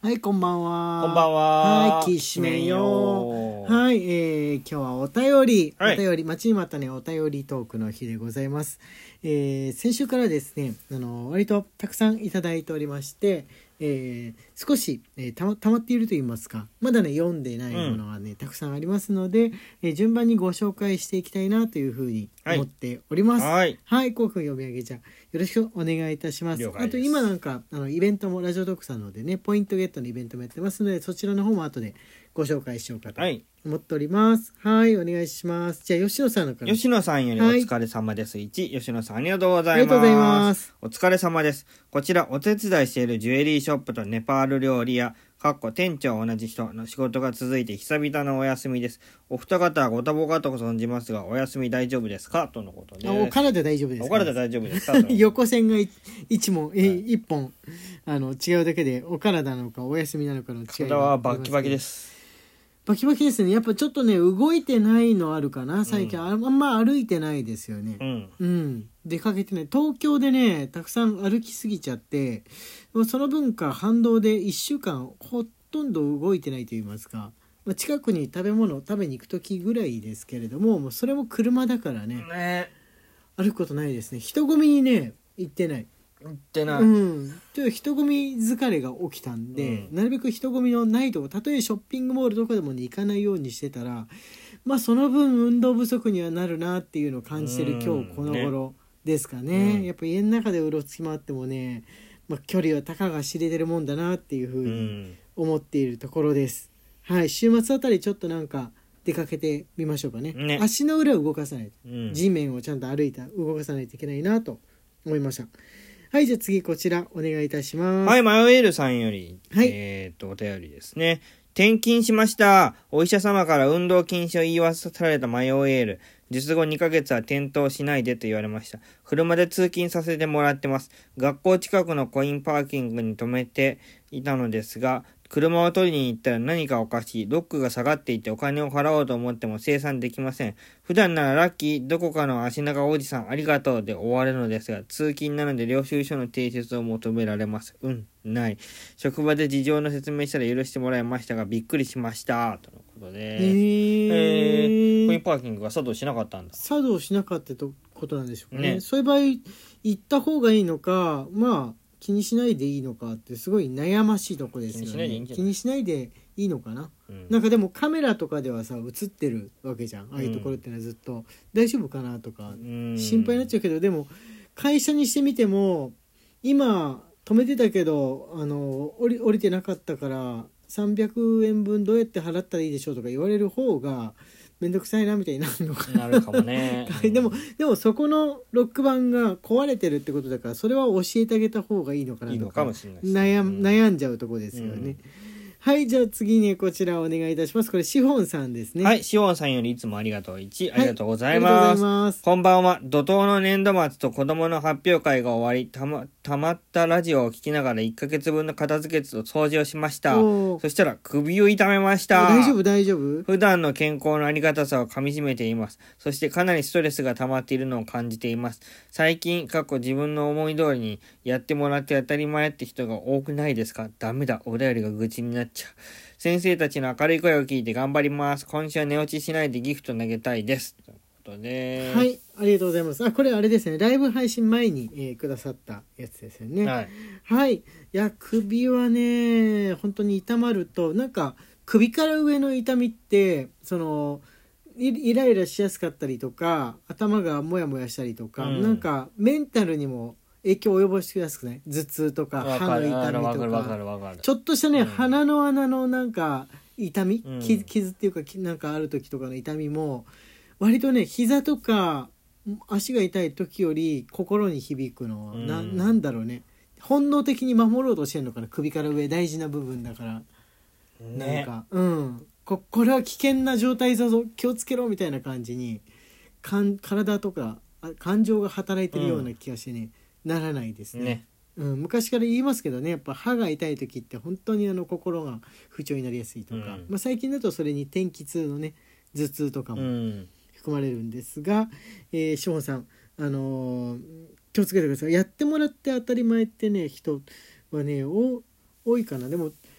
はい、こんばんは。 こんばんは。 はい、きしめんよ。はい、今日はお便り、待ちに待ったね、お便りトークの日でございます。先週からですね、割とたくさんいただいておりまして、少し、たまっていると言いますか、まだね読んでないものがね、たくさんありますので、順番にご紹介していきたいなというふうに思っております。はい、こうくん読み上げじゃよろしくお願いいたします。あと今なんかイベントもラジオドックさんのでね、ポイントゲットのイベントもやってますので、そちらの方も後でご紹介しようかと思っております。はい、お願いします。じゃあ吉野さんのから。 吉野さんよりお疲れ様です。1、吉野さんありがとうございます。お疲れ様です。こちらお手伝いしているジュエリーショップとネパール料理屋店長は同じ人の仕事が続いて久々のお休みです。お二方はご多忙かと存じますが、お休み大丈夫ですかとのことで。 お体大丈夫ですか。 お体大丈夫ですか横線が一本違うだけで、お体なのかお休みなのかの違いが。 体はバキバキです。 バキバキですね。やっぱちょっとね動いてないのあるかな最近、あんま歩いてないですよね。出かけてね、東京でねたくさん歩きすぎちゃって、その分か反動で1週間ほとんど動いてないと言いますか、近くに食べ物を食べに行く時ぐらいですけれども、それも車だからね歩くことないですね。人混みにね行ってない。ちょっと人混み疲れが起きたんで、なるべく人混みのないとこ、たとえショッピングモールとかでもね行かないようにしてたら、その分運動不足にはなるなっていうのを感じてる今日この頃ですかね。やっぱ家の中でうろつき回ってもね、距離はたかが知れてるもんだなっていうふうに思っているところです。はい、週末あたりちょっとなんか出かけてみましょうかね。足の裏を動かさないと、地面をちゃんと動かさないといけないなと思いました。はい、じゃあ次こちらお願いいたします。 はい、マヨエールさんより、お便りですね。転勤しました。お医者様から運動禁止を言い忘れたマヨエール。術後2ヶ月は転倒しないでと言われました。車で通勤させてもらってます。学校近くのコインパーキングに停めていたのですが、車を取りに行ったら何かおかしい。ロックが下がっていてお金を払おうと思っても生産できません。普段ならラッキー、どこかの足長おじさんありがとうで終わるのですが、通勤なので領収書の提出を求められます。ない。職場で事情の説明したら許してもらいましたが、びっくりしました。とのことで。コインパーキングが作動しなかったんだ。 作動しなかったとことなんでしょうね。そういう場合、行った方がいいのか、気にしないでいいのかってすごい悩ましいとこですよね。気にしないでいいのかな、なんかでもカメラとかではさ映ってるわけじゃん、ああいうところってのはずっと、大丈夫かなとか心配になっちゃうけど、でも会社にしてみても今止めてたけど降りてなかったから300円分どうやって払ったらいいでしょうとか言われる方がめんどくさいなみたいになるのかな。 なるかもね。 でもそこのロック板が壊れてるってことだから、それは教えてあげた方がいいのかなとか悩んじゃうとこですよね。はい、じゃあ次にこちらお願いいたします。これシフォンさんですね。 はい、シフォンさんよりいつもありがとう。1、ありがとうございます。こんばんは。怒涛の年度末と子供の発表会が終わり、たまったラジオを聞きながら1ヶ月分の片付けと掃除をしました。そしたら首を痛めました。 大丈夫。 普段の健康のありがたさをかみしめています。そしてかなりストレスが溜まっているのを感じています。最近、自分の思い通りにやってもらって当たり前って人が多くないですか？ダメだ。お便りが愚痴になっちゃう。先生たちの明るい声を聞いて頑張ります。今週は寝落ちしないでギフト投げたいです。ということで。 はい、ありがとうございます。これあれですね。ライブ配信前に、くださったやつですよね。はい。いや、首はね、本当に痛まると、なんか首から上の痛みって、イライラしやすかったりとか、頭がモヤモヤしたりとか、なんかメンタルにも影響を及ぼしやすくない？頭痛とか歯の痛みとか、ちょっとしたね、鼻の穴のなんか痛み、傷っていうかなんかある時とかの痛みも割とね、膝とか足が痛い時より心に響くのは、なんだろうね、本能的に守ろうとしてるのかな。首から上大事な部分だからなんかこれは危険な状態だぞ気をつけろみたいな感じに体とか感情が働いてるような気がしてね、ならないですね。昔から言いますけどね、やっぱ歯が痛い時って本当に心が不調になりやすいとか、最近だとそれに天気痛のね頭痛とかも含まれるんですが、ショーンさん、気をつけてください。やってもらって当たり前ってね、人はね多いかな。でも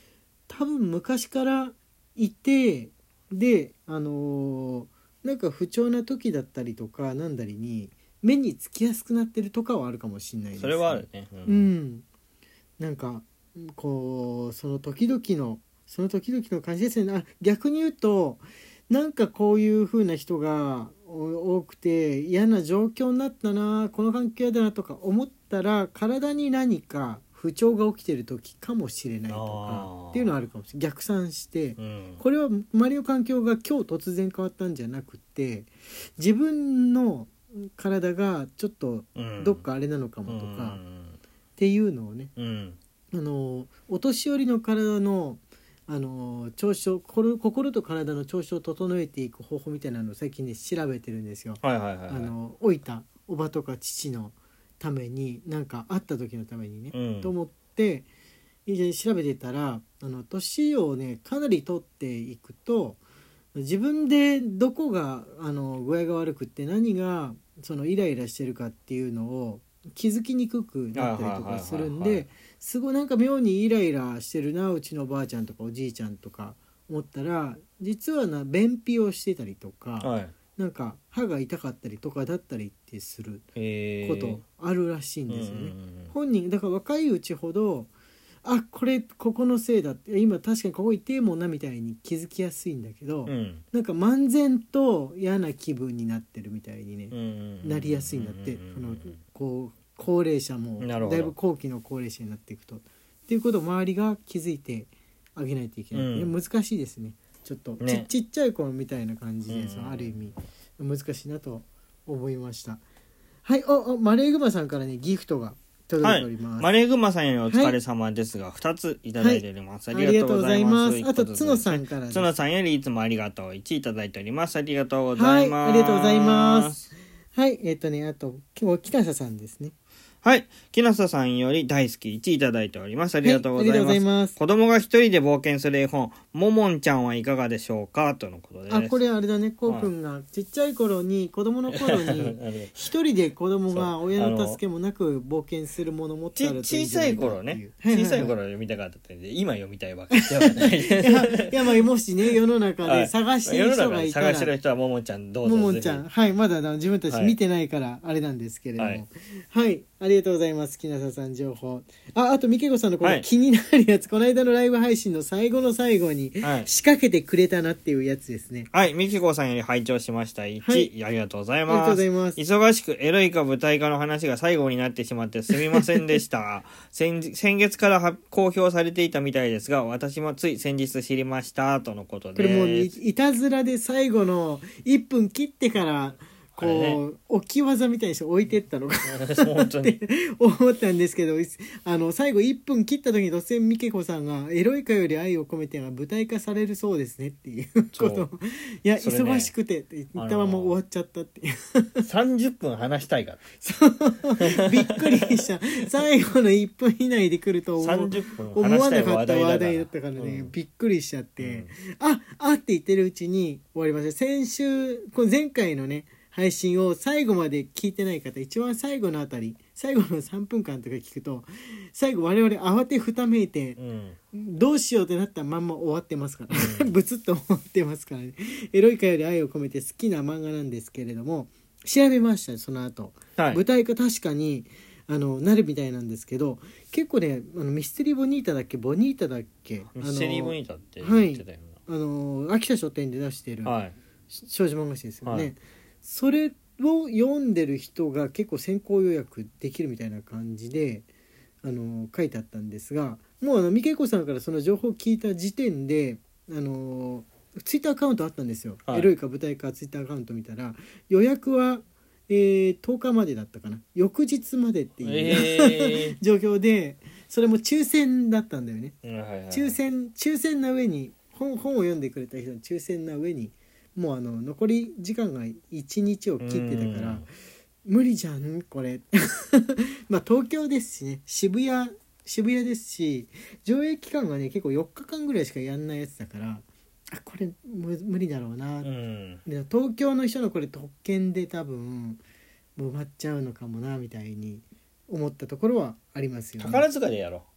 多分昔からいて、でなんか不調な時だったりとかなんだりに目につきやすくなってるとかはあるかもしれないです、 それはあるね。 なんかこうその時々の感じですね。逆に言うとなんかこういう風な人が多くて嫌な状況になったな、この環境だなとか思ったら体に何か不調が起きてる時かもしれないとかっていうのはあるかもしれない。逆算して、これは周りの環境が今日突然変わったんじゃなくて自分の体がちょっとどっかあれなのかもとかっていうのをね、お年寄りの体の調子を心と体の調子を整えていく方法みたいなのを最近ね調べてるんですよ。老いたおばとか父のために何かあった時のためにね、と思って調べてたら年をねかなり取っていくと自分でどこが具合が悪くって何がそのイライラしてるかっていうのを気づきにくくなったりとかするんで、すごいなんか妙にイライラしてるなうちのおばあちゃんとかおじいちゃんとか思ったら実は便秘をしてたりとか、なんか歯が痛かったりとかだったりってすることあるらしいんですよね。本人だから若いうちほどここのせいだって今確かにここ痛えもんなみたいに気づきやすいんだけど、なんか漫然と嫌な気分になってるみたいにね、なりやすいんだって、こう高齢者もだいぶ後期の高齢者になっていくとっていうことを周りが気づいてあげないといけない、難しいですね。ちょっと、ちっちゃい頃みたいな感じで、ある意味難しいなと思いました。はい、マレーグマさんからねギフトが届いております。 マレーグマさんよりお疲れ様ですが、2ついただいております。ありがとうございます。 あと角さんからです。 角さんよりいつもありがとう1いただいております。ありがとうございます。 ありがとうございます。はい、あと今日北佐さんですね。 はい、木下さんより大好き1いただいております。ありがとうございます。子供が一人で冒険する絵本ももんちゃんはいかがでしょうかとのことです。 これあれだね、こうくんがちっちゃい頃に子供の頃に一人で子供が親の助けもなく冒険するもの持ってあるといいんじゃないかっていう。 小さい頃読みたかったんで今読みたいわけではないいやもしね世の中で探してる人がいたら、 探してる人はももんちゃんどうぞ。 ももんちゃん、まだ自分たち見てないからあれなんですけれども、ありがとうございます。木下さん情報。あとみけこさんのこの気になるやつ、この間のライブ配信の最後の最後に仕掛けてくれたなっていうやつですね。 みけこさんより拝聴しました1、ありがとうございます。忙しくエロいか舞台化の話が最後になってしまってすみませんでした先月から公表されていたみたいですが、私もつい先日知りましたとのことです。 これもういたずらで最後の1分切ってからこう置き技みたいにして置いてったのかって思ったんですけど、最後1分切った時に突然みけこさんがエロいかより愛を込めてが舞台化されるそうですねっていうことをいや、忙しくてって言ったまま終わっちゃったっていう 30分話したいからそうびっくりした最後の1分以内で来ると思わなかった話題だったからね、びっくりしちゃって、って言ってるうちに終わりました。先週前回のね配信を最後まで聞いてない方、一番最後のあたり最後の3分間とか聞くと最後我々慌てふためいて、どうしようってなったまんま終わってますから、ブツッと終わってますからね。エロいかより愛を込めて好きな漫画なんですけれども、調べました。その後、舞台化確かになるみたいなんですけど、結構ねミステリーボニータだっけミステリーボニータって言ってたよな、秋田書店で出してる少女漫画誌ですよね、それを読んでる人が結構先行予約できるみたいな感じで書いてあったんですが、もうみけこさんからその情報を聞いた時点でツイッターアカウントあったんですよ、エロいか舞台かツイッターアカウント見たら予約は、10日までだったかな、翌日までっていう、状況で、それも抽選だったんだよね、抽選な上に本を読んでくれた人の抽選な上にもう残り時間が1日を切ってたから無理じゃんこれ東京ですしね、渋谷ですし、上映期間がね結構4日間ぐらいしかやんないやつだから、これ無理だろうな、で東京の人のこれ特権で多分埋まっちゃうのかもなみたいに思ったところはありますよね。 宝塚でやろう。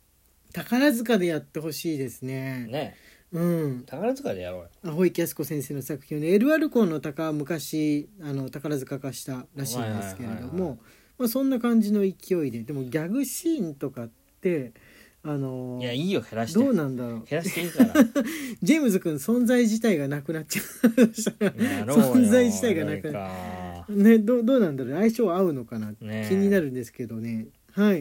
宝塚でやってほしいですね。 ね、 うん、 宝塚でやろうよ。 青池靖子先生の作品をね、エルアルコーの鷹は昔宝塚化したらしいんですけれども、まあ、そんな感じの勢いで、でもギャグシーンとかっていやいいよ、減らして。 どうなんだろう、 減らしていいからジェームズ君存在自体がなくなっちゃう存在自体がなくなるね。どうなんだろう、相性合うのかな、ね、気になるんですけどね。はい、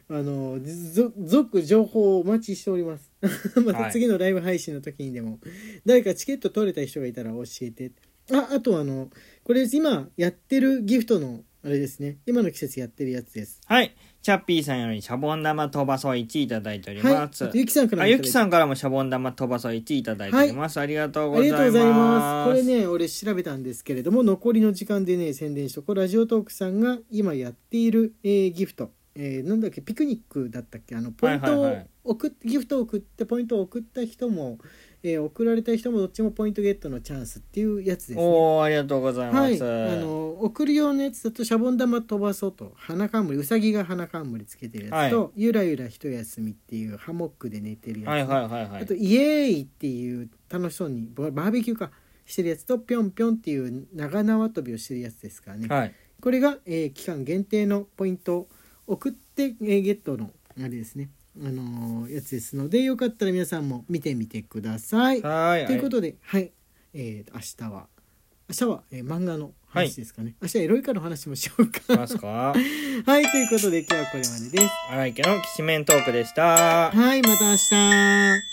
続情報をお待ちしておりますまた次のライブ配信の時にでも、誰かチケット取れた人がいたら教えて。あとこれ今やってるギフトのあれですね、今の季節やってるやつです。 はい、チャッピーさんよりシャボン玉飛ばそう1いただいております。 はい、ゆきさんからもシャボン玉飛ばそう1いただいております、はい、ありがとうございます。これね、俺調べたんですけれども、残りの時間でね宣伝しとこう。ラジオトークさんが今やっている、ギフト、なんだっけ、ピクニックだったっけ、ポイントをギフトを送ってポイントを送った人も、送られた人もどっちもポイントゲットのチャンスっていうやつですね。 おー、ありがとうございます。 はい、送る用のやつだとシャボン玉飛ばそうと、花冠、うさぎが花冠つけてるやつと、はい、ゆらゆら一休みっていうハンモックで寝てるやつ、 はいはいはいはい、 あとイエーイっていう楽しそうにバーベキューかしてるやつと、ぴょんぴょんっていう長縄跳びをしてるやつですからね、はい、これが、期間限定のポイントを送って、ゲットのあれですね、やつですので、よかったら皆さんも見てみてください。 はい、 ということで、はい、明日は、漫画の話ですかね、はい、明日エロイカの話もしようかますかはい、ということで今日はこれまでです。 荒井家のきしめんトークでした。 はい、また明日。